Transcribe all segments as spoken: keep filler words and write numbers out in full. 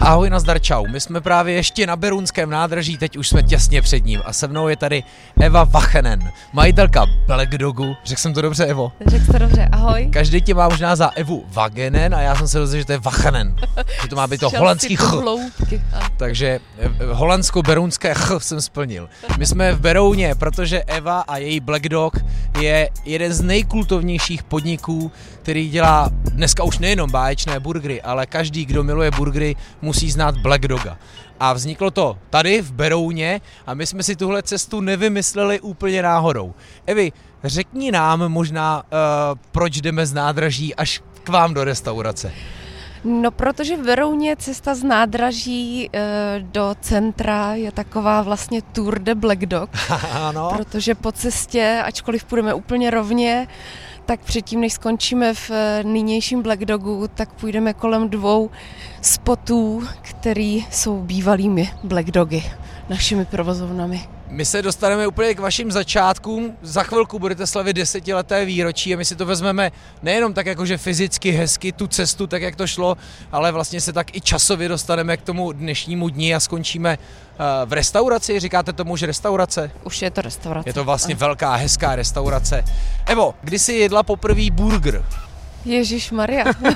Ahoj, nazdar, čau. My jsme právě ještě na Berounském nádraží, teď už jsme těsně před ním a se mnou je tady Eva Vachenen, majitelka Black Dogu. Řekl jsem to dobře, Evo? Řekl jsi to dobře, ahoj. Každý tě má možná za Evu Vagenen a já jsem se dozvěděl, že to je Vachenen. Že to má být to holandský ch. Takže holandsko-berounské ch jsem splnil. My jsme v Berouně, protože Eva a její Black Dog je jeden z nejkultovnějších podniků, který dělá dneska už nejenom báječné burgery, ale každý, kdo miluje burgery, musí znát Black Doga. A vzniklo to tady v Berouně a my jsme si tuhle cestu nevymysleli úplně náhodou. Evi, řekni nám možná, uh, proč jdeme z nádraží až k vám do restaurace. No, protože v Berouně cesta z nádraží e, do centra je taková vlastně Tour de Black Dog. Ano. Protože po cestě, ačkoliv půjdeme úplně rovně, tak předtím, než skončíme v nynějším Black Dogu, tak půjdeme kolem dvou spotů, který jsou bývalými Black Dogy, našimi provozovnami. My se dostaneme úplně k vašim začátkům. Za chvilku budete slavit desetileté výročí a my si to vezmeme nejenom tak jakože fyzicky hezky tu cestu, tak jak to šlo, ale vlastně se tak i časově dostaneme k tomu dnešnímu dni a skončíme v restauraci. Říkáte tomu už restaurace? Už je to restaurace. Je to vlastně velká, hezká restaurace. Evo, kdy jsi jedla poprvý burger? Ježišmarja. uh,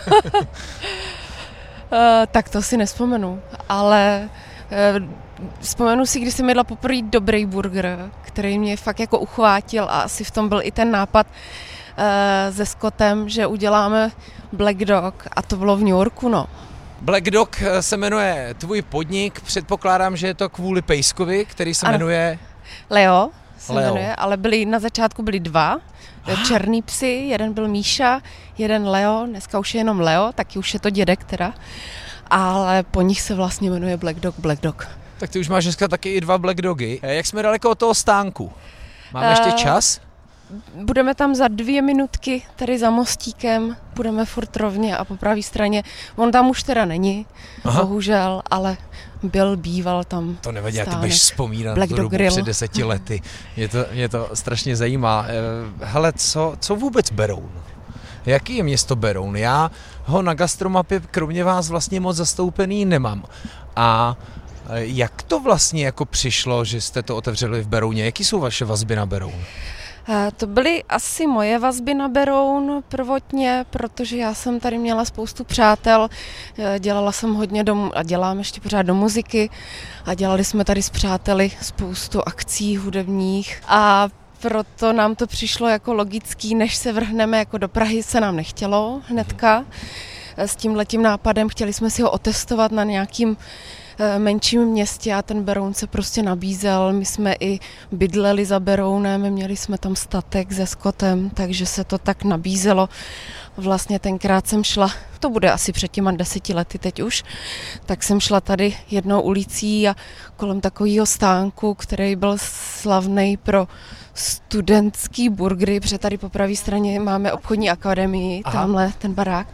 tak to si nespomenu, ale... Uh, Vzpomenu si, když jsem jedla poprvé dobrý burger, který mě fakt jako uchvátil a asi v tom byl i ten nápad uh, se Scottem, že uděláme Black Dog a to bylo v New Yorku, no. Black Dog se jmenuje tvůj podnik, předpokládám, že je to kvůli pejskovi, který se ano. jmenuje... Leo se Leo. jmenuje, ale byli, na začátku byli dva Aha. černý psy, jeden byl Míša, jeden Leo, dneska už je jenom Leo, taky už je to dědek teda, ale po nich se vlastně jmenuje Black Dog, Black Dog. Tak ty už máš dneska taky i dva Black Dogy. Jak jsme daleko od toho stánku? Máme uh, ještě čas? Budeme tam za dvě minutky, tady za mostíkem, budeme furt rovně a po pravé straně. On tam už teda není, Aha. bohužel, ale byl, býval tam. To nevadí, já ty budeš vzpomínat Black tu Dog dobu Grill. před deseti lety. Mě to, mě to strašně zajímá. Hele, co, co vůbec Beroun? Jaký je město Beroun? Já ho na gastromapě kromě vás vlastně moc zastoupený nemám. A jak to vlastně jako přišlo, že jste to otevřeli v Berouně? Jaký jsou vaše vazby na Beroun? To byly asi moje vazby na Beroun prvotně, protože já jsem tady měla spoustu přátel, dělala jsem hodně do, a dělám ještě pořád do muziky a dělali jsme tady s přáteli spoustu akcí hudebních a proto nám to přišlo jako logický, než se vrhneme jako do Prahy, se nám nechtělo hnedka. S tímhletím nápadem chtěli jsme si ho otestovat na nějakým menším městě a ten Beroun se prostě nabízel. My jsme i bydleli za Berounem, měli jsme tam statek se Scottem, takže se to tak nabízelo. Vlastně tenkrát jsem šla, to bude asi před těma deseti lety teď už, tak jsem šla tady jednou ulicí a kolem takového stánku, který byl slavný pro studentský burgery, protože tady po pravé straně máme obchodní akademii, Aha. tamhle ten barák.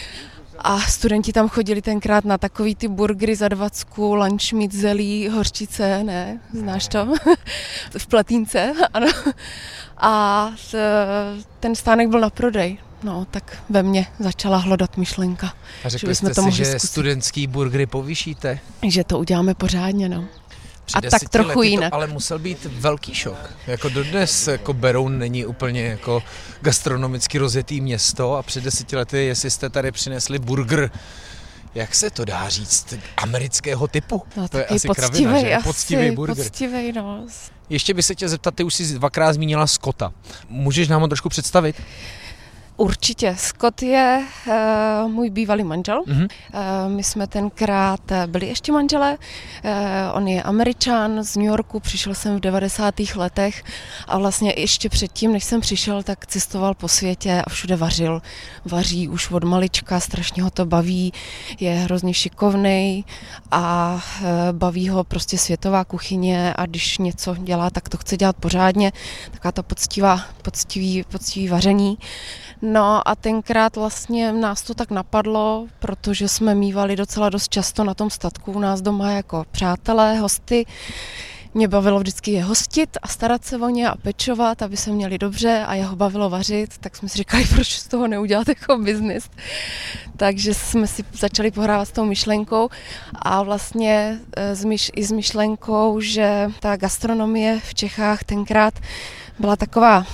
A studenti tam chodili tenkrát na takový ty burgery za dvacku, lunch meat, zelí, hořčice, ne, znáš to? V Platínce, ano. A ten stánek byl na prodej. No, tak ve mně začala hlodat myšlenka. A řekli jste si, že zkusit. Studentský burgery povýšíte? Že to uděláme pořádně, no. Při a tak trochu jinak. To ale musel být velký šok. Jako dodnes jako Beroun není úplně jako gastronomicky rozjetý město a před deseti lety, jestli jste tady přinesli burger, jak se to dá říct, amerického typu? No, to je asi kravina, že? Asi, poctivý burger. Poctivý, no. Ještě by se tě zeptat, ty už jsi dvakrát zmínila Scotta. Můžeš nám ho trošku představit? Určitě. Scott je uh, můj bývalý manžel. Mm-hmm. Uh, my jsme tenkrát byli ještě manželé. Uh, on je Američan z New Yorku, přišel jsem v devadesátých letech a vlastně ještě předtím, než jsem přišel, tak cestoval po světě a všude vařil. Vaří už od malička, strašně ho to baví, je hrozně šikovnej a uh, baví ho prostě světová kuchyně a když něco dělá, tak to chce dělat pořádně. Taková ta poctivá, poctivý, poctivý vaření. No a tenkrát vlastně nás to tak napadlo, protože jsme mívali docela dost často na tom statku u nás doma jako přátelé, hosty. mě bavilo vždycky je hostit a starat se o ně a pečovat, aby se měli dobře a jeho bavilo vařit, tak jsme si říkali, proč z toho neudělat jako biznis. Takže jsme si začali pohrávat s tou myšlenkou a vlastně s myš, i s myšlenkou, že ta gastronomie v Čechách tenkrát byla taková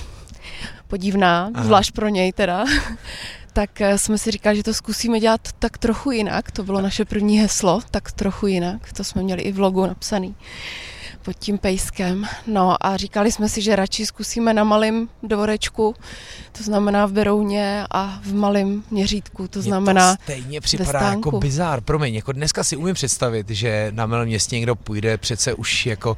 podivná, Aha. zvlášť pro něj teda, tak jsme si říkali, že to zkusíme dělat tak trochu jinak. To bylo naše první heslo, tak trochu jinak. To jsme měli i v logu napsaný pod tím pejskem. No a říkali jsme si, že radši zkusíme na malém dvorečku, to znamená v Berouně a v malém měřítku, to znamená Mně to stejně připadá jako bizár. Promiň, jako dneska si umím představit, že na malém městě někdo půjde, přece už jako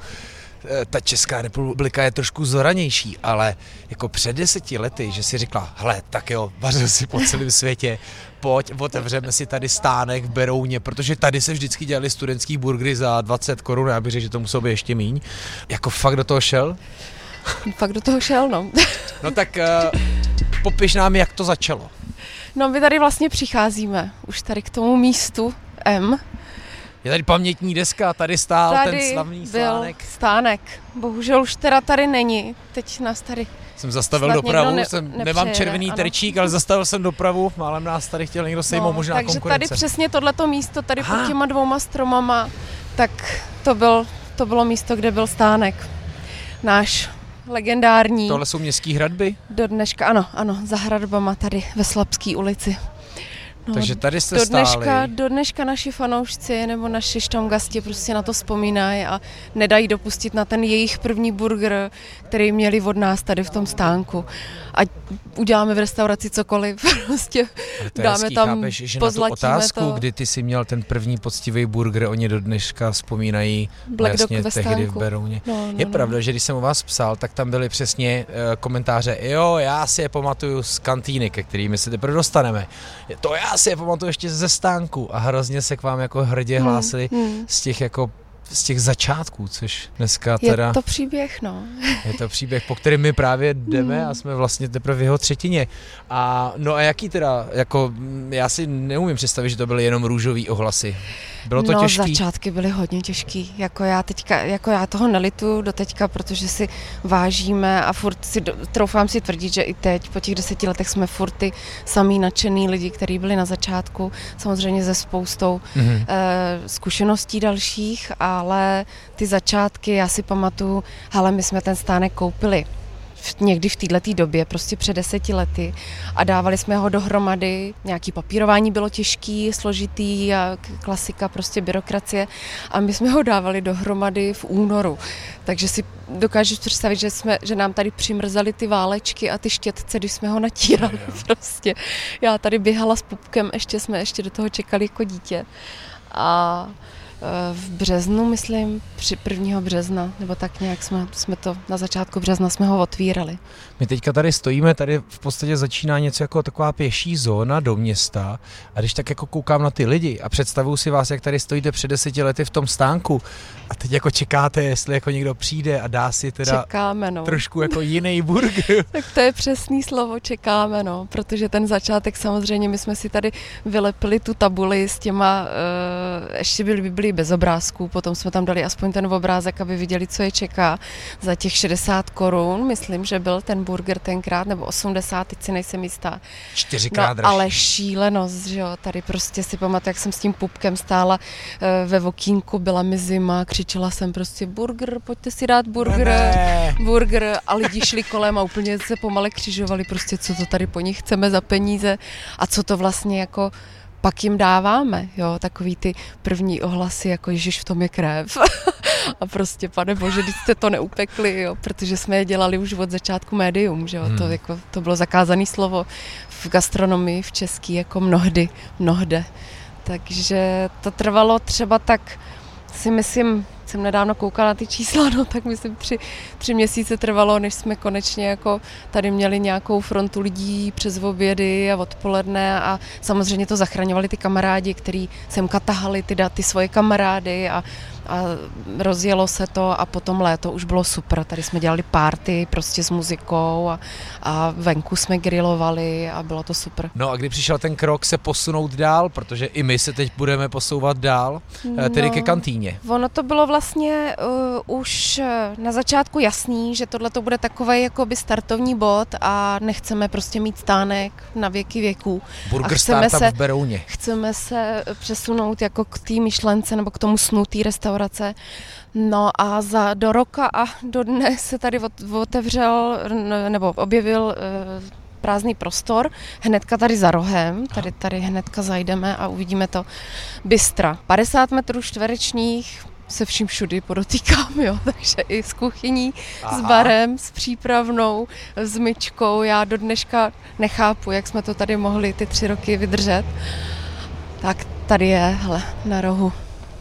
ta Česká republika je trošku zoranější, ale jako před deseti lety, že si řekla, hele, tak jo, vařil si po celém světě, pojď, otevřeme si tady stánek v Berouně, protože tady se vždycky dělali studentský burgery za dvacet korun, já bych řekl, že to muselo být ještě míň. Jako fakt do toho šel? Fakt do toho šel, no. No tak uh, popiš nám, jak to začalo. No my tady vlastně přicházíme, už tady k tomu místu M. Je tady pamětní deska, tady stál tady ten slavný stánek. Byl stánek. Bohužel už teda tady není. Teď nás tady jsem zastavil dopravu, ne, jsem, nemám červený ano. terčík, ale zastavil jsem dopravu, málem nás tady chtěl někdo sejmout, no, možná takže konkurence. Takže tady přesně tohleto místo, tady Aha. pod těma dvouma stromama, tak to, byl, to bylo místo, kde byl stánek. Náš legendární. Tohle jsou městský hradby? Do dneška, ano, ano, za hradbama tady ve Slabský ulici. No, takže tady jste do dneška, stáli. Do dneška naši fanoušci nebo naši štamgasti prostě na to vzpomínají a nedají dopustit na ten jejich první burger, který měli od nás tady v tom stánku. Ať uděláme v restauraci cokoliv, prostě dáme hezký, tam, chápeš, že na tu otázku, to. Kdy ty jsi měl ten první poctivý burger, oni do dneška vzpomínají vlastně tehdy v Berouně. No, no, je no. pravda, že když jsem u vás psal, tak tam byly přesně uh, komentáře, jo, já si je pamatuju z kantýny, ke kterými se teprve dostaneme. To já si je pamatuju ještě ze stánku a hrozně se k vám jako hrdě hmm, hlásili hmm. z těch jako z těch začátků, což dneska teda... Je to příběh, no. Je to příběh, po kterém my právě jdeme hmm. a jsme vlastně teprve v jeho třetině. A no a jaký teda, jako já si neumím představit, že to byly jenom růžový ohlasy. Bylo to no, těžký? No začátky byly hodně těžký. Jako já teďka, jako já toho nelituju do teďka, protože si vážíme a furt si, troufám si tvrdit, že i teď po těch deseti letech jsme furt ty samý nadšený lidi, kteří byli na začátku, samozřejmě se spoustou mm-hmm. eh, zkušeností dalších, ale ty začátky, já si pamatuju, hele, my jsme ten stánek koupili v, někdy v této době, prostě před deseti lety a dávali jsme ho dohromady, nějaký papírování bylo těžký, složitý a klasika, prostě byrokracie a my jsme ho dávali dohromady v únoru, takže si dokážeš představit, že, jsme, že nám tady přimrzaly ty válečky a ty štětce, když jsme ho natírali prostě. Já tady běhala s pupkem, ještě jsme ještě do toho čekali jako dítě a v březnu, myslím, při prvního března, nebo tak nějak jsme, jsme to na začátku března jsme ho otvírali. My teďka tady stojíme, tady v podstatě začíná něco jako taková pěší zóna do města a když tak jako koukám na ty lidi a představuju si vás, jak tady stojíte před deseti lety v tom stánku a teď jako čekáte, jestli jako někdo přijde a dá si teda čekáme, no. trošku jako jiný burger. Tak to je přesný slovo, čekáme, no, protože ten začátek samozřejmě, my jsme si tady vylepili tu tabuli s těma, uh, ještě byli, byli bez obrázků, potom jsme tam dali aspoň ten obrázek, aby viděli, co je čeká. Za těch šedesát korun, myslím, že byl ten burger tenkrát, nebo osmdesát, teď si nejsem jistá. Čtyřikrát no, ale šílenost, že jo, tady prostě si pamatuju, jak jsem s tím pupkem stála uh, ve vokínku, byla mi zima, křičela jsem prostě burger, pojďte si dát burger, ne. burger a lidi šli kolem a úplně se pomale křižovali, prostě co to tady po nich chceme za peníze a co to vlastně jako pak jim dáváme, jo, takový ty první ohlasy, jako Ježiš, v tom je krev. A prostě, pane bože, když jste to neupekli, jo, protože jsme je dělali už od začátku médium, že jo, hmm. to, jako, to bylo zakázané slovo v gastronomii, v český, jako mnohdy, mnohde. Takže to trvalo třeba tak, si myslím, jsem nedávno koukala na ty čísla, no tak myslím tři, tři měsíce trvalo, než jsme konečně jako tady měli nějakou frontu lidí přes obědy a odpoledne a samozřejmě to zachraňovali ty kamarádi, který semka tahali ty, ty svoje kamarády a, a rozjelo se to a potom léto už bylo super. Tady jsme dělali party prostě s muzikou a, a venku jsme grilovali a bylo to super. No a kdy přišel ten krok se posunout dál, protože i my se teď budeme posouvat dál, tedy no, ke kantýně. Ono to bylo vlastně uh, už na začátku jasný, že tohle to bude takovej jakoby startovní bod a nechceme prostě mít stánek na věky věků. Burger startup v Berouně. Chceme se přesunout jako k té myšlence nebo k tomu snu té restaurace. No a za do roka a do dne se tady otevřel nebo objevil uh, prázdný prostor, hnedka tady za rohem, tady, tady hnedka zajdeme a uvidíme to bystra. padesát metrů čtverečních se vším všudy podotýkám, jo, takže i s kuchyní, Aha. s barem, s přípravnou, s myčkou. Já do dneška nechápu, jak jsme to tady mohli ty tři roky vydržet. Tak tady je, hele, na rohu.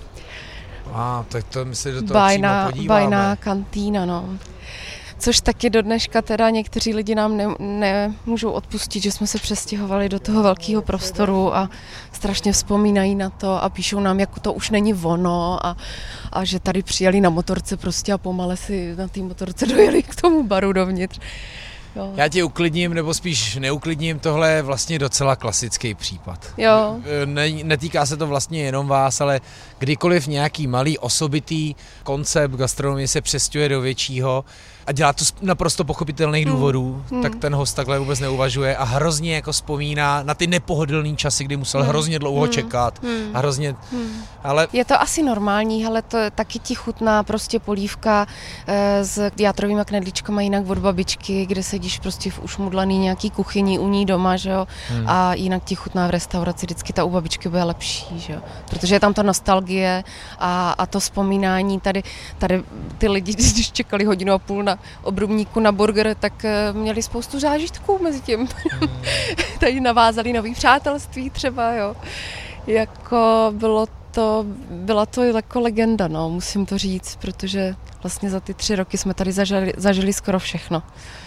A, tak to my se do toho bajná, přímo podíváme. Bajná kantýna, no. Což taky do dneška teda někteří lidi nám ne, nemůžou odpustit, že jsme se přestěhovali do toho velkého prostoru a strašně vzpomínají na to a píšou nám, jako to už není ono a, a že tady přijeli na motorce prostě a pomale si na té motorce dojeli k tomu baru dovnitř. Jo. Já tě uklidním, nebo spíš neuklidním, tohle je vlastně docela klasický případ. Jo. Ne, netýká se to vlastně jenom vás, ale kdykoliv nějaký malý osobitý koncept gastronomie se přestěhuje do většího a dělá to z naprosto pochopitelných hmm. důvodů, hmm. tak ten host takhle vůbec neuvažuje a hrozně jako vzpomíná na ty nepohodlný časy, kdy musel hmm. hrozně dlouho hmm. čekat hmm. a hrozně, hmm. ale... Je to asi normální, ale to taky ti chutná prostě polívka e, s játrovýma knedlíčkama jinak od babičky, kde sedíš prostě v ušmudlaný nějaký kuchyni u ní doma, že jo, hmm. a jinak ti chutná v restauraci, vždycky ta u babičky bude lepší, že jo, protože je tam ta nostalgie a, a to vzpomínání, tady, tady ty lidi, když čekali hodinu a půl na obrubníku na burger, tak měli spoustu zážitků mezi tím. Hmm. Tady navázali nový přátelství třeba, jo. Jako bylo to, byla to jako legenda, no, musím to říct, protože vlastně za ty tři roky jsme tady zažili, zažili skoro všechno.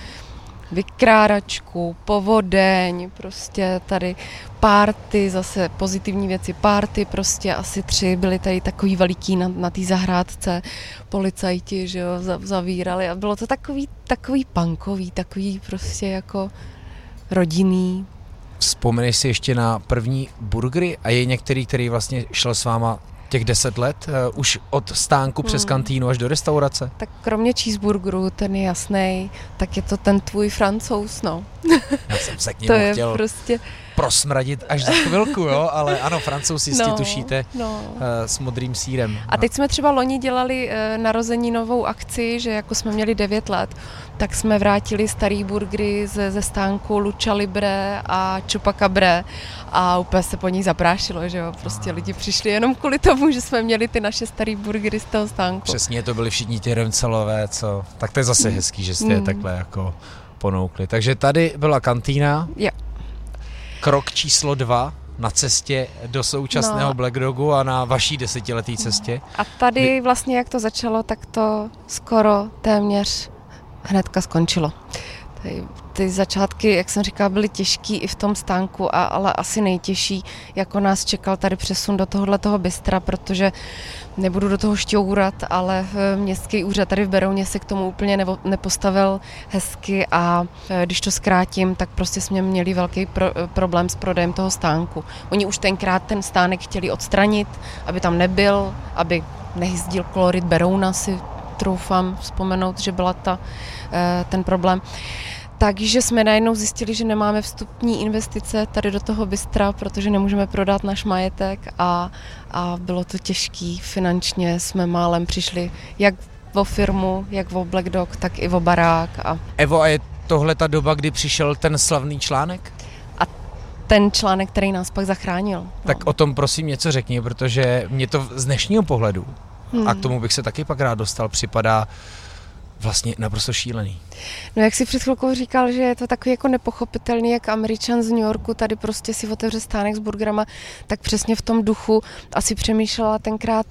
Vykráračku, povodeň, prostě tady párty, zase pozitivní věci, párty, prostě asi tři byly tady takový veliký na, na té zahrádce, policajti, že jo, zavírali a bylo to takový, takový punkový, takový prostě jako rodinný. Vzpomeneš si ještě na první burgery a je některý, který vlastně šel s váma těch deset let, uh, už od stánku hmm. přes kantýnu až do restaurace? Tak kromě cheeseburgeru, ten je jasnej, tak je to ten tvůj Francouz, no. Já jsem se k němu to chtěl prostě... prosmradit až za chvilku, jo, ale ano, Francouz jistě no, tušíte no. uh, s modrým sýrem. A teď jsme třeba loni dělali uh, narozeninovou akci, že jako jsme měli devět let, tak jsme vrátili starý burgery ze, ze stánku Lucha Libre a Chupacabra a úplně se po nich zaprášilo, že jo, prostě lidi přišli jenom kvůli tomu, že jsme měli ty naše starý burgery z toho stánku. Přesně, to byli všichni ti Remcelové, co, tak to je zase hezký, že jste je mm. takhle jako ponoukli. Takže tady byla kantýna. Jo. Krok číslo dva na cestě do současného no. Black Dogu a na vaší desetiletý cestě. A tady vlastně, jak to začalo, tak to skoro téměř hnedka skončilo. Ty, ty začátky, jak jsem říkala, byly těžký i v tom stánku, a, ale asi nejtěžší, jako nás čekal tady přesun do tohohletoho bystra, protože nebudu do toho šťourat, ale městský úřad tady v Berouně se k tomu úplně nebo, nepostavil hezky a když to zkrátím, tak prostě jsme měli velký pro, problém s prodejem toho stánku. Oni už tenkrát ten stánek chtěli odstranit, aby tam nebyl, aby nehyzdil kolorit Berouna, si troufám vzpomenout, že byla ta, ten problém. Takže jsme najednou zjistili, že nemáme vstupní investice tady do toho bystra, protože nemůžeme prodat náš majetek a, a bylo to těžký finančně. Jsme málem přišli jak o firmu, jak o Black Dog, tak i o barák. A... Evo, a je tohle ta doba, kdy přišel ten slavný článek? A ten článek, který nás pak zachránil. No. Tak o tom prosím něco řekni, protože mě to z dnešního pohledu, hmm. a k tomu bych se taky pak rád dostal, připadá vlastně naprosto šílený. No jak si před chvilkou říkal, že je to takový jako nepochopitelný, jak Američan z New Yorku tady prostě si otevře stánek s burgerama, tak přesně v tom duchu asi přemýšlela tenkrát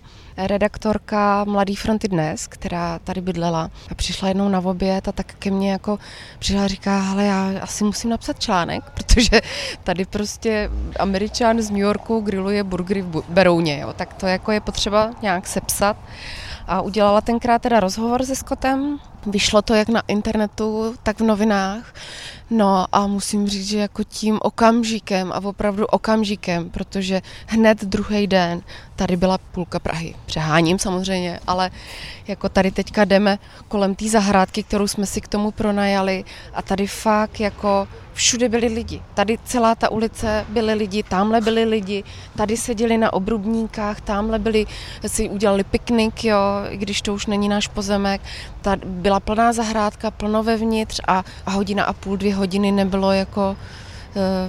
redaktorka Mladý fronty Dnes, která tady bydlela a přišla jednou na oběd a tak ke mně jako přišla a říká, hele, já asi musím napsat článek, protože tady prostě Američan z New Yorku grilluje burgery v Berouně, jo, tak to jako je potřeba nějak sepsat. A udělala tenkrát teda rozhovor se Scottem. Vyšlo to jak na internetu, tak v novinách. No a musím říct, že jako tím okamžikem a opravdu okamžikem, protože hned druhý den tady byla půlka Prahy. Přeháním samozřejmě, ale jako tady teďka jdeme kolem té zahrádky, kterou jsme si k tomu pronajali a tady fakt jako všude byli lidi. Tady celá ta ulice byli lidi, tamhle byli lidi, tady seděli na obrubníkách, tamhle byli, si udělali piknik, jo, i když to už není náš pozemek. Tady byla plná zahrádka, plno vevnitř a, a hodina a půl, dvě hodiny nebylo jako e,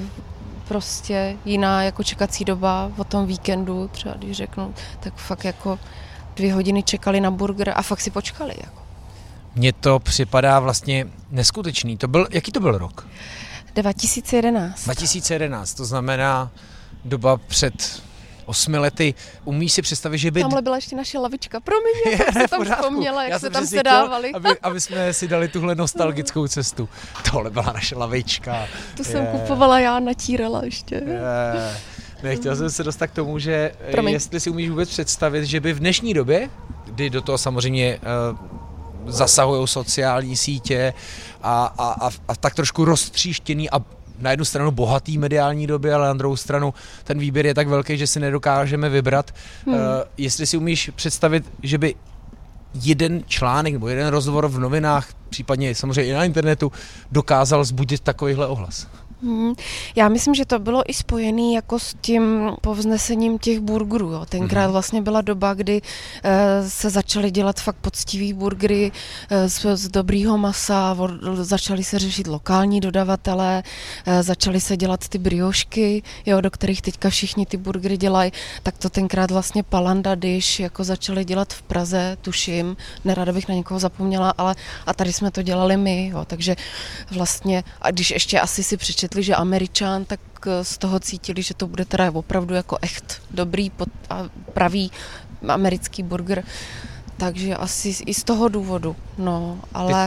prostě jiná jako čekací doba o tom víkendu, třeba když řeknu, tak fakt jako dvě hodiny čekali na burger a fakt si počkali. Jako. Mně to připadá vlastně neskutečný. To byl, jaký to byl rok? dva tisíce jedenáct. dva tisíce jedenáct, to znamená doba před osmi lety. Umíš si představit, že by... Tamhle byla ještě naše lavička. Promiň, já jsem tam vzpomněla, jak se tam sedávali. Aby, aby jsme si dali tuhle nostalgickou cestu. Tohle byla naše lavička. Tu je. Jsem kupovala já, natírala ještě. Je. Nechtěl jsem se dostat k tomu, že Promiň. Jestli si umíš vůbec představit, že by v dnešní době, kdy do toho samozřejmě uh, zasahují sociální sítě a, a, a, a tak trošku roztříštěný a na jednu stranu bohatý mediální doby, ale na druhou stranu ten výběr je tak velký, že si nedokážeme vybrat. Hmm. Uh, jestli si umíš představit, že by jeden článek nebo jeden rozhovor v novinách, případně samozřejmě i na internetu, dokázal vzbudit takovýhle ohlas? Hmm. Já myslím, že to bylo i spojené jako s tím povznesením těch burgerů. Jo. Tenkrát vlastně byla doba, kdy e, se začaly dělat fakt poctivý burgery e, z, z dobrýho masa, o, začaly se řešit lokální dodavatelé, e, začaly se dělat ty briošky, jo, do kterých teďka všichni ty burgery dělají, tak to tenkrát vlastně Palanda Dish jako začaly dělat v Praze, tuším, nerada bych na někoho zapomněla, ale a tady jsme to dělali my, jo, takže vlastně, a když ještě asi si přečetli, že Američan, tak z toho cítili, že to bude teda opravdu jako echt dobrý a pravý americký burger. Takže asi i z toho důvodu, no, ale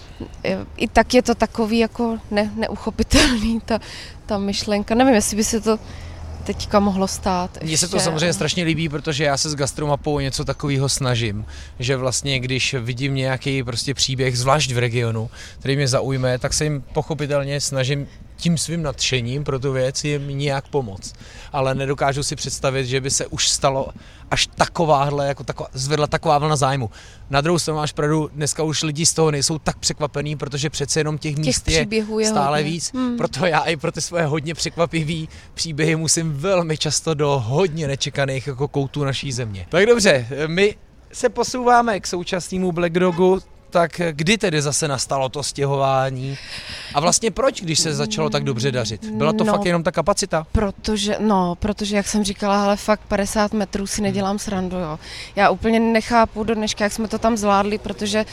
i tak je to takový jako ne, neuchopitelný ta, ta myšlenka. Nevím, jestli by se to teďka mohlo stát. Mně se to samozřejmě strašně líbí, protože já se s gastromapou něco takového snažím, že vlastně když vidím nějaký prostě příběh, zvlášť v regionu, který mě zaujme, tak se jim pochopitelně snažím tím svým nadšením pro tu věc jim nějak pomoct. Ale nedokážu si představit, že by se už stalo až takováhle, jako taková, zvedla taková vlna zájmu. Na druhou stranu máš pravdu, dneska už lidi z toho nejsou tak překvapení, protože přece jenom těch, těch míst je, je stále hodně. Víc. Hmm. Proto já i pro ty svoje hodně překvapivý příběhy musím velmi často do hodně nečekaných jako koutů naší země. Tak dobře, my se posouváme k současnému Black Dogu. Tak kdy tedy zase nastalo to stěhování? A vlastně proč, když se začalo tak dobře dařit? Byla to no, fakt jenom ta kapacita? Protože, no, protože jak jsem říkala, hele, fakt padesát metrů si nedělám srandu, jo. Já úplně nechápu do dneška, jak jsme to tam zvládli, protože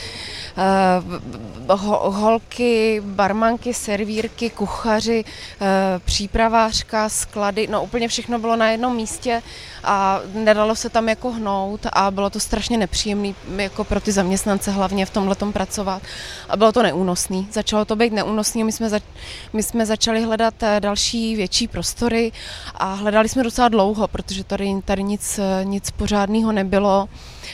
uh, ho, holky, barmanky, servírky, kuchaři, uh, přípravářka, sklady, no úplně všechno bylo na jednom místě a nedalo se tam jako hnout a bylo to strašně nepříjemné jako pro ty zaměstnance hlavně v tomhletom pracovat a bylo to neúnosný. Začalo to být neúnosný, my jsme, zač- my jsme začali hledat další větší prostory a hledali jsme docela dlouho, protože tady, tady nic, nic pořádného nebylo.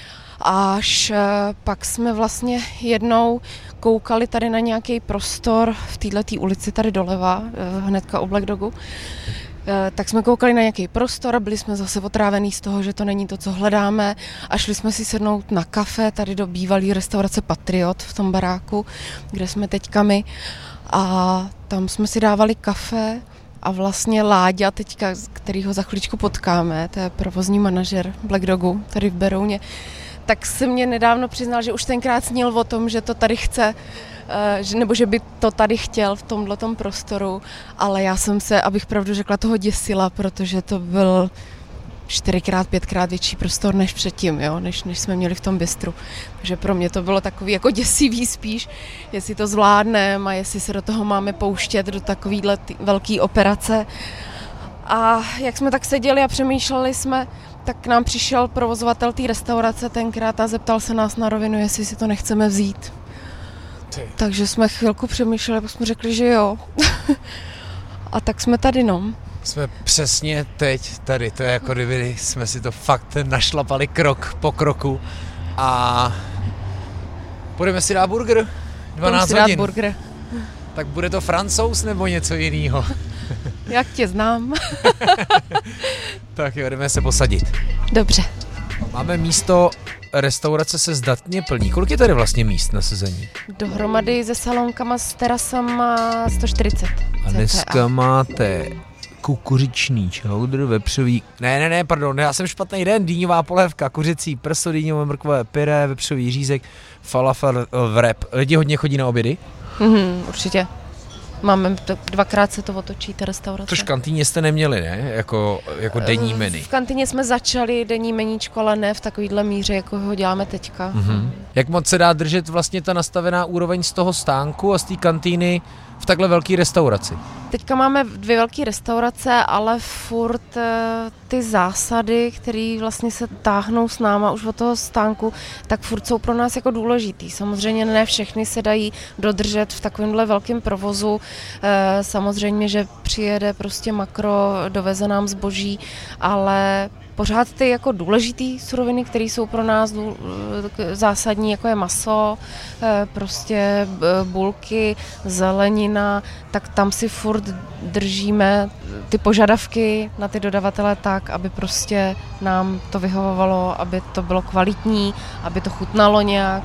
Až pak jsme vlastně jednou koukali tady na nějaký prostor v této ulici tady doleva, hnedka u Black Dogu. Tak jsme koukali na nějaký prostor a byli jsme zase otrávení z toho, že to není to, co hledáme a šli jsme si sednout na kafe tady do bývalé restaurace Patriot v tom baráku, kde jsme teďka my a tam jsme si dávali kafe a vlastně Láďa teďka, kterýho za chvíličku potkáme, to je provozní manažer Black Dogu tady v Berouně, tak se mě nedávno přiznal, že už tenkrát snil o tom, že to tady chce, nebo že by to tady chtěl v tomhletom prostoru, ale já jsem se, abych pravdu řekla, toho děsila, protože to byl čtyřikrát, pětkrát větší prostor než předtím, jo, než, než jsme měli v tom bistru. Takže pro mě to bylo takový jako děsivý spíš, jestli to zvládneme a jestli se do toho máme pouštět, do takovýhle velký operace. A jak jsme tak seděli a přemýšleli jsme, tak k nám přišel provozovatel té restaurace tenkrát a zeptal se nás na rovinu, jestli si to nechceme vzít. Ty. Takže jsme chvilku přemýšleli, pak jsme řekli, že jo. A tak jsme tady, no. Jsme přesně teď tady, to je jako kdyby jsme si to fakt našlapali krok po kroku a půjdeme si dát burger, dvanáct hodin. Burger. Tak bude to Francouz nebo něco jiného? Jak tě znám. Tak jo, jdeme se posadit. Dobře. Máme místo, restaurace se zdatně plní. Kolik je tady vlastně míst na sezení? Dohromady se salonkama s terasama sto čtyřicet. A dneska máte kukuřičný čaudr, vepřový... Ne, ne, ne, pardon, já jsem špatný den, dýňová polévka, kuřecí prso, dýňové mrkové pyré, vepřový řízek, falafel, wrap. Lidi hodně chodí na obědy? Mhm, určitě. Máme, dvakrát se to otočí, ta restaurace. Což v kantýně jste neměli, ne? Jako, jako denní menu. V kantýně jsme začali denní meníčko, ale ne v takovýhle míře, jako ho děláme teďka. Mm-hmm. Jak moc se dá držet vlastně ta nastavená úroveň z toho stánku a z té kantýny v takhle velké restauraci? Teďka máme dvě velké restaurace, ale furt ty zásady, které vlastně se táhnou s náma už od toho stánku, tak furt jsou pro nás jako důležitý. Samozřejmě ne všechny se dají dodržet v takovémhle velkém provozu. Samozřejmě, že přijede prostě makro, doveze nám zboží, ale pořád ty jako důležitý suroviny, které jsou pro nás zásadní, jako je maso, prostě bulky, zelenina, tak tam si furt držíme ty požadavky na ty dodavatele tak, aby prostě nám to vyhovovalo, aby to bylo kvalitní, aby to chutnalo nějak,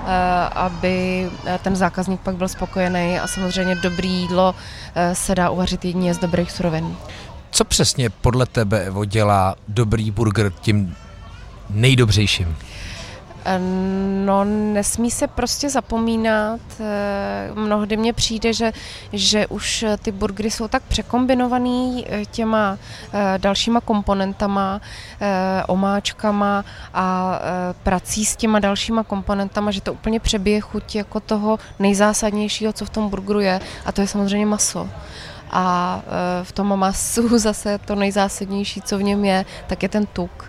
aby ten zákazník pak byl spokojený a samozřejmě dobré jídlo se dá uvařit jedině z dobrých surovin. Co přesně podle tebe, Evo, dělá dobrý burger tím nejdobřejším? No, nesmí se prostě zapomínat. Mnohdy mně přijde, že, že už ty burgery jsou tak překombinovaný těma dalšíma komponentama, omáčkama a prací s těma dalšíma komponentama, že to úplně přebije chuť jako toho nejzásadnějšího, co v tom burgeru je, a to je samozřejmě maso. A v tom masu zase to nejzásadnější, co v něm je, tak je ten tuk.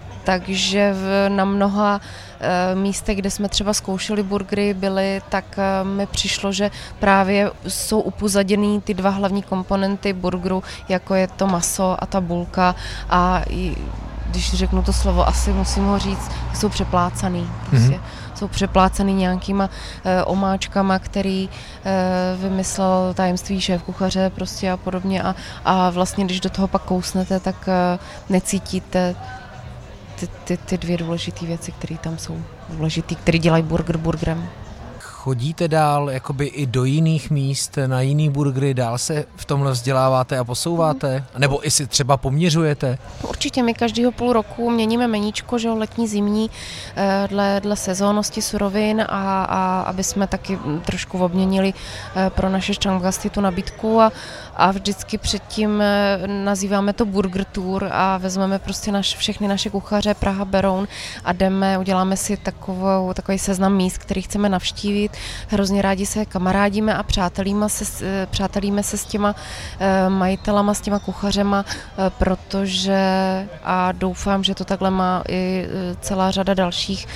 Takže v, na mnoha e, místech, kde jsme třeba zkoušeli burgery, byly, tak e, mi přišlo, že právě jsou upozaděný ty dva hlavní komponenty burgeru, jako je to maso a ta bulka, a i, když řeknu to slovo, asi musím ho říct, jsou přeplácaný prostě. Mm-hmm. Jsou přeplácený nějakýma e, omáčkama, který e, vymyslel tajemství šéfkuchaře prostě a podobně, a, a vlastně když do toho pak kousnete, tak e, necítíte ty, ty, ty dvě důležité věci, které tam jsou důležité, které dělají burger burgerem. Chodíte dál jakoby i do jiných míst, na jiný burgery, dál se v tomhle vzděláváte a posouváte? Nebo i si třeba poměřujete? Určitě, my každého půl roku měníme meníčko, že letní, zimní, dle, dle sezónnosti surovin, a, a aby jsme taky trošku obměnili pro naše štanggasty tu nabídku, a, a vždycky předtím nazýváme to burger tour a vezmeme prostě naš, všechny naše kuchaře Praha, Beroun a jdeme, uděláme si takovou, takový seznam míst, který chceme navštívit. Hrozně rádi se kamarádíme a přátelíme se, přátelíme se s těma majitelama, s těma kuchařema, protože, a doufám, že to takhle má i celá řada dalších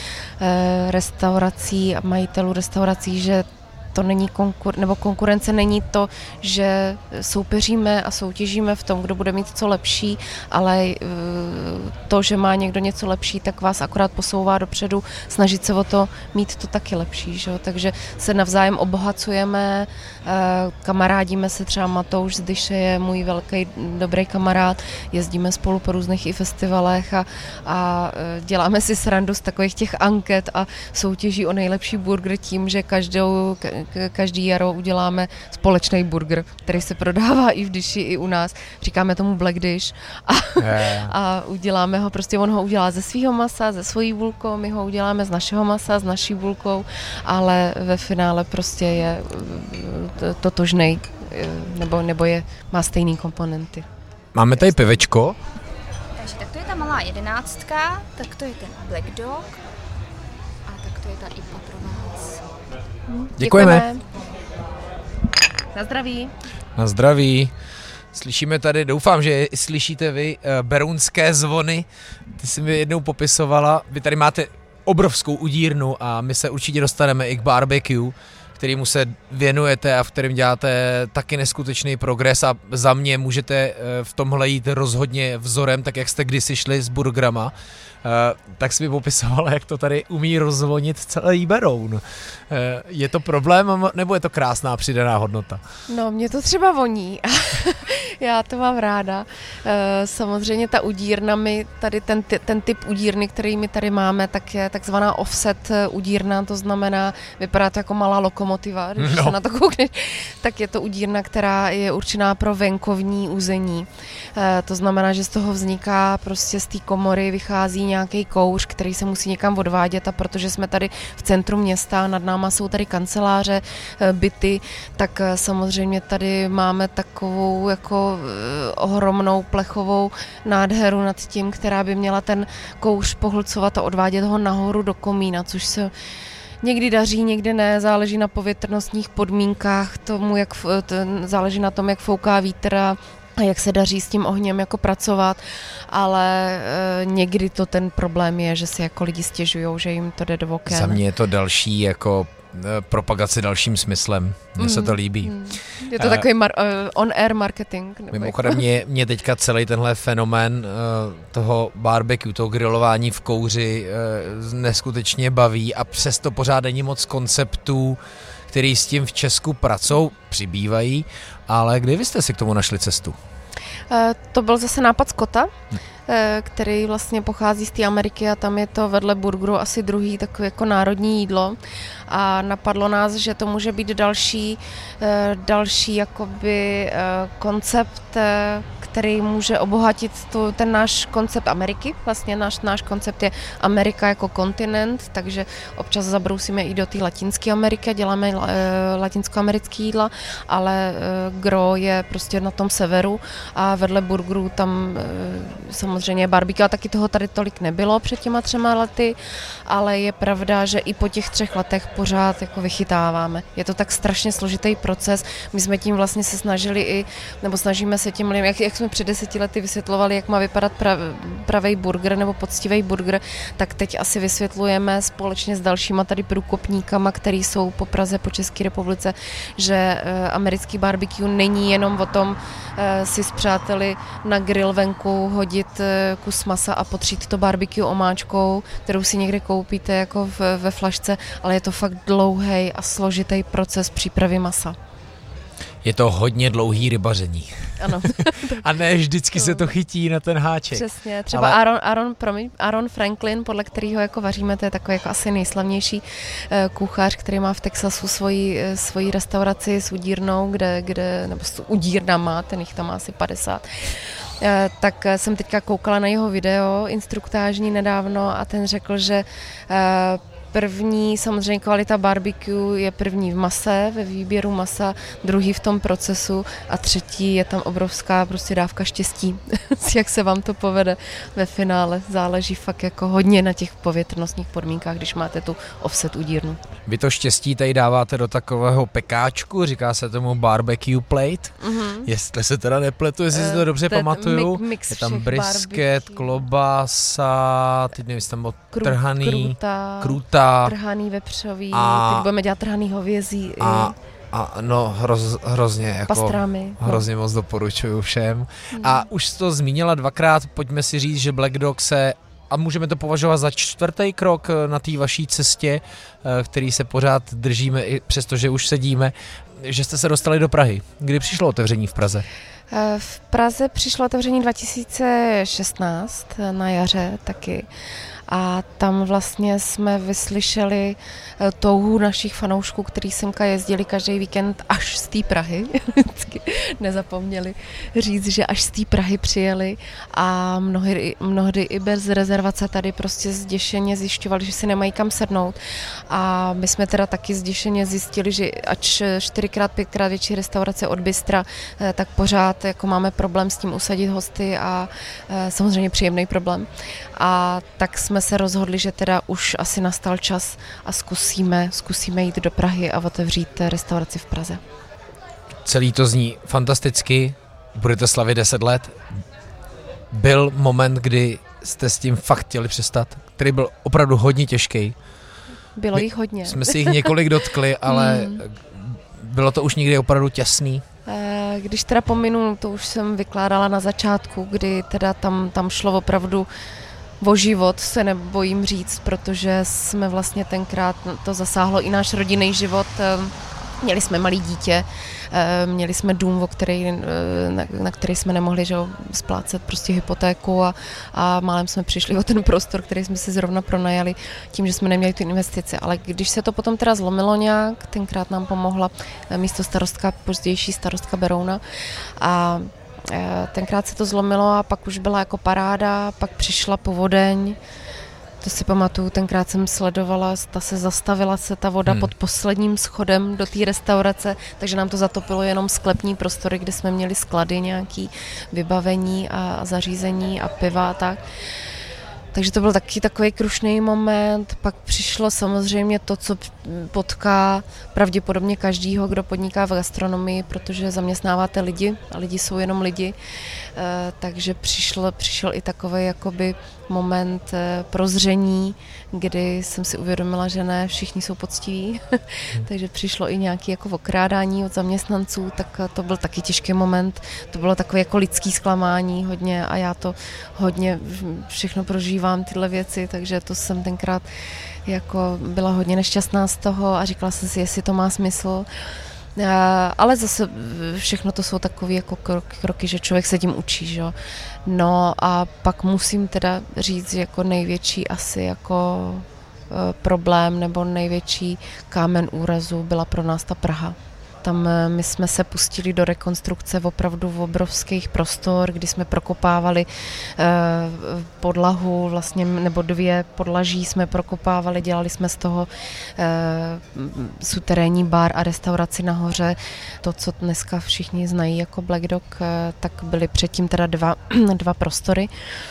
restaurací a majitelů restaurací, že to není konkur- nebo konkurence není to, že soupeříme a soutěžíme v tom, kdo bude mít co lepší, ale to, že má někdo něco lepší, tak vás akorát posouvá dopředu, snažit se o to mít to taky lepší. Že? Takže se navzájem obohacujeme, kamarádíme se, třeba Matouš z Dyše je můj velký dobrý kamarád, jezdíme spolu po různých i festivalech a, a děláme si srandu z takových těch anket a soutěží o nejlepší burger tím, že každou každý jaro uděláme společný burger, který se prodává i v Dyši, i u nás. Říkáme tomu Black Dish. A, yeah. a uděláme ho, prostě on ho udělá ze svého masa, ze svojí bulkou, my ho uděláme z našeho masa, s naší bulkou, ale ve finále prostě je totožnej, nebo, nebo je, má stejný komponenty. Máme tady pivečko. Takže tak to je ta malá jedenáctka, tak to je ten Black Dog a tak to je ta I P A pro vás. Děkujeme. Děkujeme. Na zdraví. Na zdraví. Slyšíme tady, doufám, že slyšíte vy, berounské zvony. Ty jsi mi jednou popisovala. Vy tady máte obrovskou udírnu a my se určitě dostaneme i k barbecue, kterému se věnujete a v kterém děláte taky neskutečný progres a za mě můžete v tomhle jít rozhodně vzorem, tak jak jste kdysi šli s burgrama, tak jsi mi popisovala, jak to tady umí rozvonit celý Beroun. Je to problém, nebo je to krásná přidaná hodnota? No, mě to třeba voní. Já to mám ráda. Samozřejmě ta udírna, my tady ten, ten typ udírny, který my tady máme, tak je takzvaná offset udírna, to znamená, vypadá to jako malá lokomotiva, když no. se na to koukneš, tak je to udírna, která je určená pro venkovní území. To znamená, že z toho vzniká prostě z té komory vychází nějaký kouř, který se musí někam odvádět, a protože jsme tady v centru města, nad náma jsou tady kanceláře, byty, tak samozřejmě tady máme takovou jako ohromnou plechovou nádheru nad tím, která by měla ten kouř pohlcovat a odvádět ho nahoru do komína, což se někdy daří, někdy ne, záleží na povětrnostních podmínkách, tomu, jak, záleží na tom, jak fouká vítr a a jak se daří s tím ohněm jako pracovat, ale e, někdy to ten problém je, že si jako lidi stěžujou, že jim to jde do oken. Za mě je to další jako propagace dalším smyslem. Mně mm, se to líbí. Mm. Je to uh, takový mar- uh, on-air marketing. Mimochodem mě, mě teďka celý tenhle fenomén uh, toho barbecue, toho grilování v kouři uh, neskutečně baví a přesto pořád není moc konceptů, který s tím v Česku pracují, přibývají, ale kdy vy jste si k tomu našli cestu? Uh, to byl zase nápad Scotta, hm. který vlastně pochází z té Ameriky a tam je to vedle burgeru asi druhý takový jako národní jídlo a napadlo nás, že to může být další, další jakoby koncept, který může obohatit tu, ten náš koncept Ameriky. Vlastně náš, náš koncept je Amerika jako kontinent, takže občas zabrousíme i do té Latinské Ameriky, děláme latinskoamerické jídla, ale gro je prostě na tom severu a vedle burgerů tam samozřejmě barbecue, a taky toho tady tolik nebylo před těma třema lety, ale je pravda, že i po těch třech letech pořád jako vychytáváme. Je to tak strašně složitý proces. My jsme tím vlastně se snažili i, nebo snažíme se tím lidem, jak, jak jsme před deseti lety vysvětlovali, jak má vypadat prav, pravej burger nebo poctivý burger, tak teď asi vysvětlujeme společně s dalšíma tady průkopníkama, který jsou po Praze, po České republice, že uh, americký barbecue není jenom o tom uh, si s přáteli na grill venku hodit uh, kus masa a potřít to barbecue omáčkou, kterou si někde koupíte jako v, ve flašce, ale je to fakt dlouhý a složitý proces přípravy masa. Je to hodně dlouhý rybaření. Ano. A ne vždycky se to chytí na ten háček. Přesně. Třeba ale... Aaron, Aaron, promiň, Aaron Franklin, podle kterého jako vaříme, to je takový jako asi nejslavnější uh, kuchař, který má v Texasu svoji, uh, svoji restauraci s udírnou, kde, kde nebo s udírnama, ten jich tam má asi padesát. Uh, tak uh, jsem teďka koukala na jeho video instruktážní nedávno a ten řekl, že uh, první, samozřejmě kvalita barbecue je první v mase, ve výběru masa, druhý v tom procesu a třetí je tam obrovská prostě dávka štěstí, jak se vám to povede ve finále. Záleží fakt jako hodně na těch povětrnostních podmínkách, když máte tu offset udírnu. Vy to štěstí tady dáváte do takového pekáčku, říká se tomu barbecue plate, mm-hmm. jestli se teda nepletu, jestli uh, si to dobře pamatuju. Mix je tam brisket, klobása, teď nevím, tam byl trhaný, krůta, krůta, trhaný vepřový, a, teď budeme dělat trhaný hovězí. A, a no hroz, hrozně jako pastrámy, hrozně no. moc doporučuju všem. Mm. A už jsi to zmínila dvakrát, pojďme si říct, že Black Dog se, a můžeme to považovat za čtvrtý krok na té vaší cestě, který se pořád držíme, i přestože už sedíme, že jste se dostali do Prahy. Kdy přišlo otevření v Praze? V Praze přišlo otevření dva tisíce šestnáct na jaře taky. A tam vlastně jsme vyslyšeli touhu našich fanoušků, kteří semka jezdili každý víkend až z té Prahy. Nezapomněli říct, že až z té Prahy přijeli a mnohdy, mnohdy i bez rezervace tady prostě zděšeně zjišťovali, že si nemají kam sednout. A my jsme teda taky zděšeně zjistili, že ač čtyřikrát, pětkrát větší restaurace od Bystra, tak pořád jako máme problém s tím usadit hosty a samozřejmě příjemný problém. A tak jsme se rozhodli, že teda už asi nastal čas a zkusíme, zkusíme jít do Prahy a otevřít restauraci v Praze. Celý to zní fantasticky, budete slavit deset let. Byl moment, kdy jste s tím fakt chtěli přestat, který byl opravdu hodně těžký? Bylo My, jich hodně. Jsme si jich několik dotkli, ale hmm. bylo to už někdy opravdu těsný? Když teda pominu, to už jsem vykládala na začátku, kdy teda tam, tam šlo opravdu o život, se nebojím říct, protože jsme vlastně tenkrát, to zasáhlo i náš rodinný život. Měli jsme malé dítě, měli jsme dům, o který, na, na který jsme nemohli že, splácet prostě hypotéku a, a málem jsme přišli o ten prostor, který jsme si zrovna pronajali tím, že jsme neměli tu investici. Ale když se to potom teda zlomilo nějak, tenkrát nám pomohla místo starostka, pozdější starostka Berouna a tenkrát se to zlomilo a pak už byla jako paráda, pak přišla povodeň. To si pamatuju, tenkrát jsem sledovala, ta se zastavila se ta voda hmm. pod posledním schodem do té restaurace, takže nám to zatopilo jenom sklepní prostory, kde jsme měli sklady, nějaký vybavení a, a zařízení a piva a tak. Takže to byl taky takový krušný moment, pak přišlo samozřejmě to, co potká pravděpodobně každýho, kdo podniká v gastronomii, protože zaměstnáváte lidi a lidi jsou jenom lidi, e, takže přišlo, přišel i takový jakoby moment e, prozření, kdy jsem si uvědomila, že ne, všichni jsou poctiví, takže přišlo i nějaké jako okrádání od zaměstnanců, tak to byl taky těžký moment, to bylo takové jako lidský zklamání hodně a já to hodně všechno prožívám tyhle věci, takže to jsem tenkrát jako byla hodně nešťastná z toho a říkala jsem si, jestli to má smysl. Ale zase všechno to jsou takové jako kroky, kroky, že člověk se tím učí, že? No a pak musím teda říct, jako největší asi jako problém nebo největší kámen úrazu byla pro nás ta Praha. Tam my jsme se pustili do rekonstrukce opravdu v obrovských prostor, kdy jsme prokopávali eh, podlahu, vlastně, nebo dvě podlaží jsme prokopávali, dělali jsme z toho eh, suterénní bar a restauraci nahoře. To, co dneska všichni znají jako Black Dog, eh, tak byly předtím teda dva, dva prostory.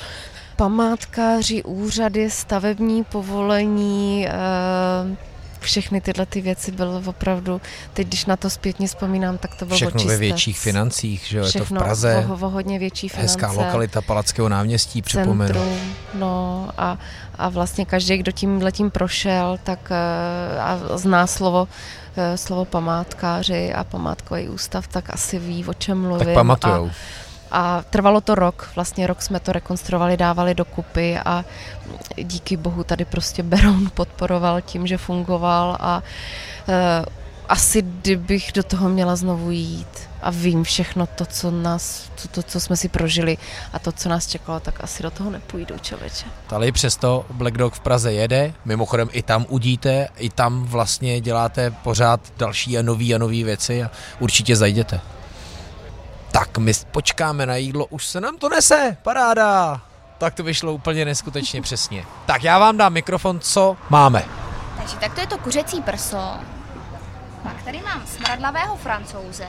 Památkáři, úřady, stavební povolení, eh, všechny tyhle ty věci byly opravdu, teď když na to zpětně vzpomínám, tak to bylo všechno očistec. Ve větších financích, že jo, je to v Všechno Praze. O, o hodně větší finance. Hezká lokalita Palackého náměstí, připomenu. Centrum, no a, a vlastně každý, kdo tímhletím prošel, tak a zná slovo, slovo památkáři a památkový ústav, tak asi ví, o čem mluvím. Tak pamatujou. A, A trvalo to rok, vlastně rok jsme to rekonstruovali, dávali dokupy a díky bohu tady prostě Beroun podporoval tím, že fungoval a e, asi kdybych do toho měla znovu jít a vím všechno to, co nás, to, to, co jsme si prožili a to, co nás čekalo, tak asi do toho nepůjdu, člověče. Ale přesto Black Dog v Praze jede, mimochodem i tam udíte, i tam vlastně děláte pořád další a nový a nový věci a určitě zajděte. Tak my počkáme na jídlo, už se nám to nese, paráda. Tak to vyšlo úplně neskutečně přesně. Tak já vám dám mikrofon, co máme. Takže tak to je to kuřecí prso. Pak tady mám smradlavého Francouze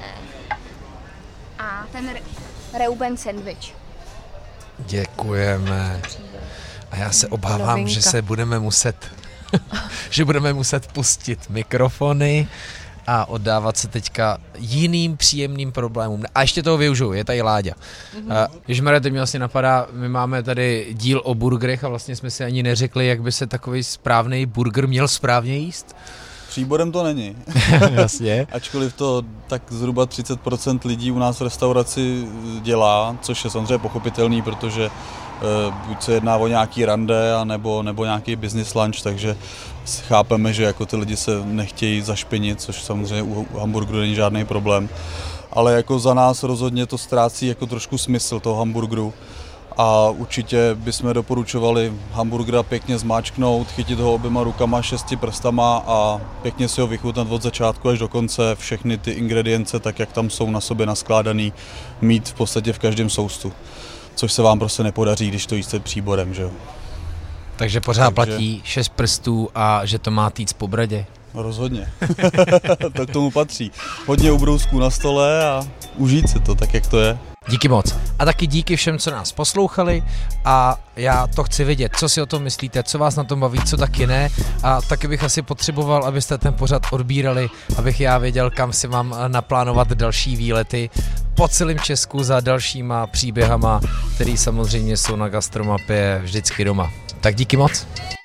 a ten Reuben sandwich. Děkujeme. A já se obávám, Novinka. že se budeme muset, že budeme muset pustit mikrofony a oddávat se teďka jiným příjemným problémům. A ještě toho využiju, je tady Láďa. Mm-hmm. Uh, Ježmarja, teď mi vlastně napadá, my máme tady díl o burgerech a vlastně jsme si ani neřekli, jak by se takový správný burger měl správně jíst. Příborem to není. Jasně. Ačkoliv to tak zhruba třicet procent lidí u nás v restauraci dělá, což je samozřejmě pochopitelný, protože uh, buď se jedná o nějaký rande, anebo, nebo nějaký business lunch, takže chápeme, že jako ty lidi se nechtějí zašpinit, což samozřejmě u hamburgeru není žádný problém. Ale jako za nás rozhodně to ztrácí jako trošku smysl toho hamburgeru. A určitě bychom doporučovali hamburgera pěkně zmáčknout, chytit ho oběma rukama, šesti prstama a pěkně si ho vychutnat od začátku až do konce, všechny ty ingredience, tak jak tam jsou na sobě naskládaný, mít v podstatě v každém soustu. Což se vám prostě nepodaří, když to jíste příborem, že jo. Takže pořád Takže... platí šest prstů a že to má týc po bradě. Rozhodně. To k tomu patří. Hodně ubrousků na stole a užít si to tak, jak to je. Díky moc. A taky díky všem, co nás poslouchali a já to chci vědět, co si o tom myslíte, co vás na tom baví, co taky ne a taky bych asi potřeboval, abyste ten pořad odbírali, abych já věděl, kam si mám naplánovat další výlety po celém Česku za dalšíma příběhama, který samozřejmě jsou na gastromapě vždycky doma. Tak díky moc.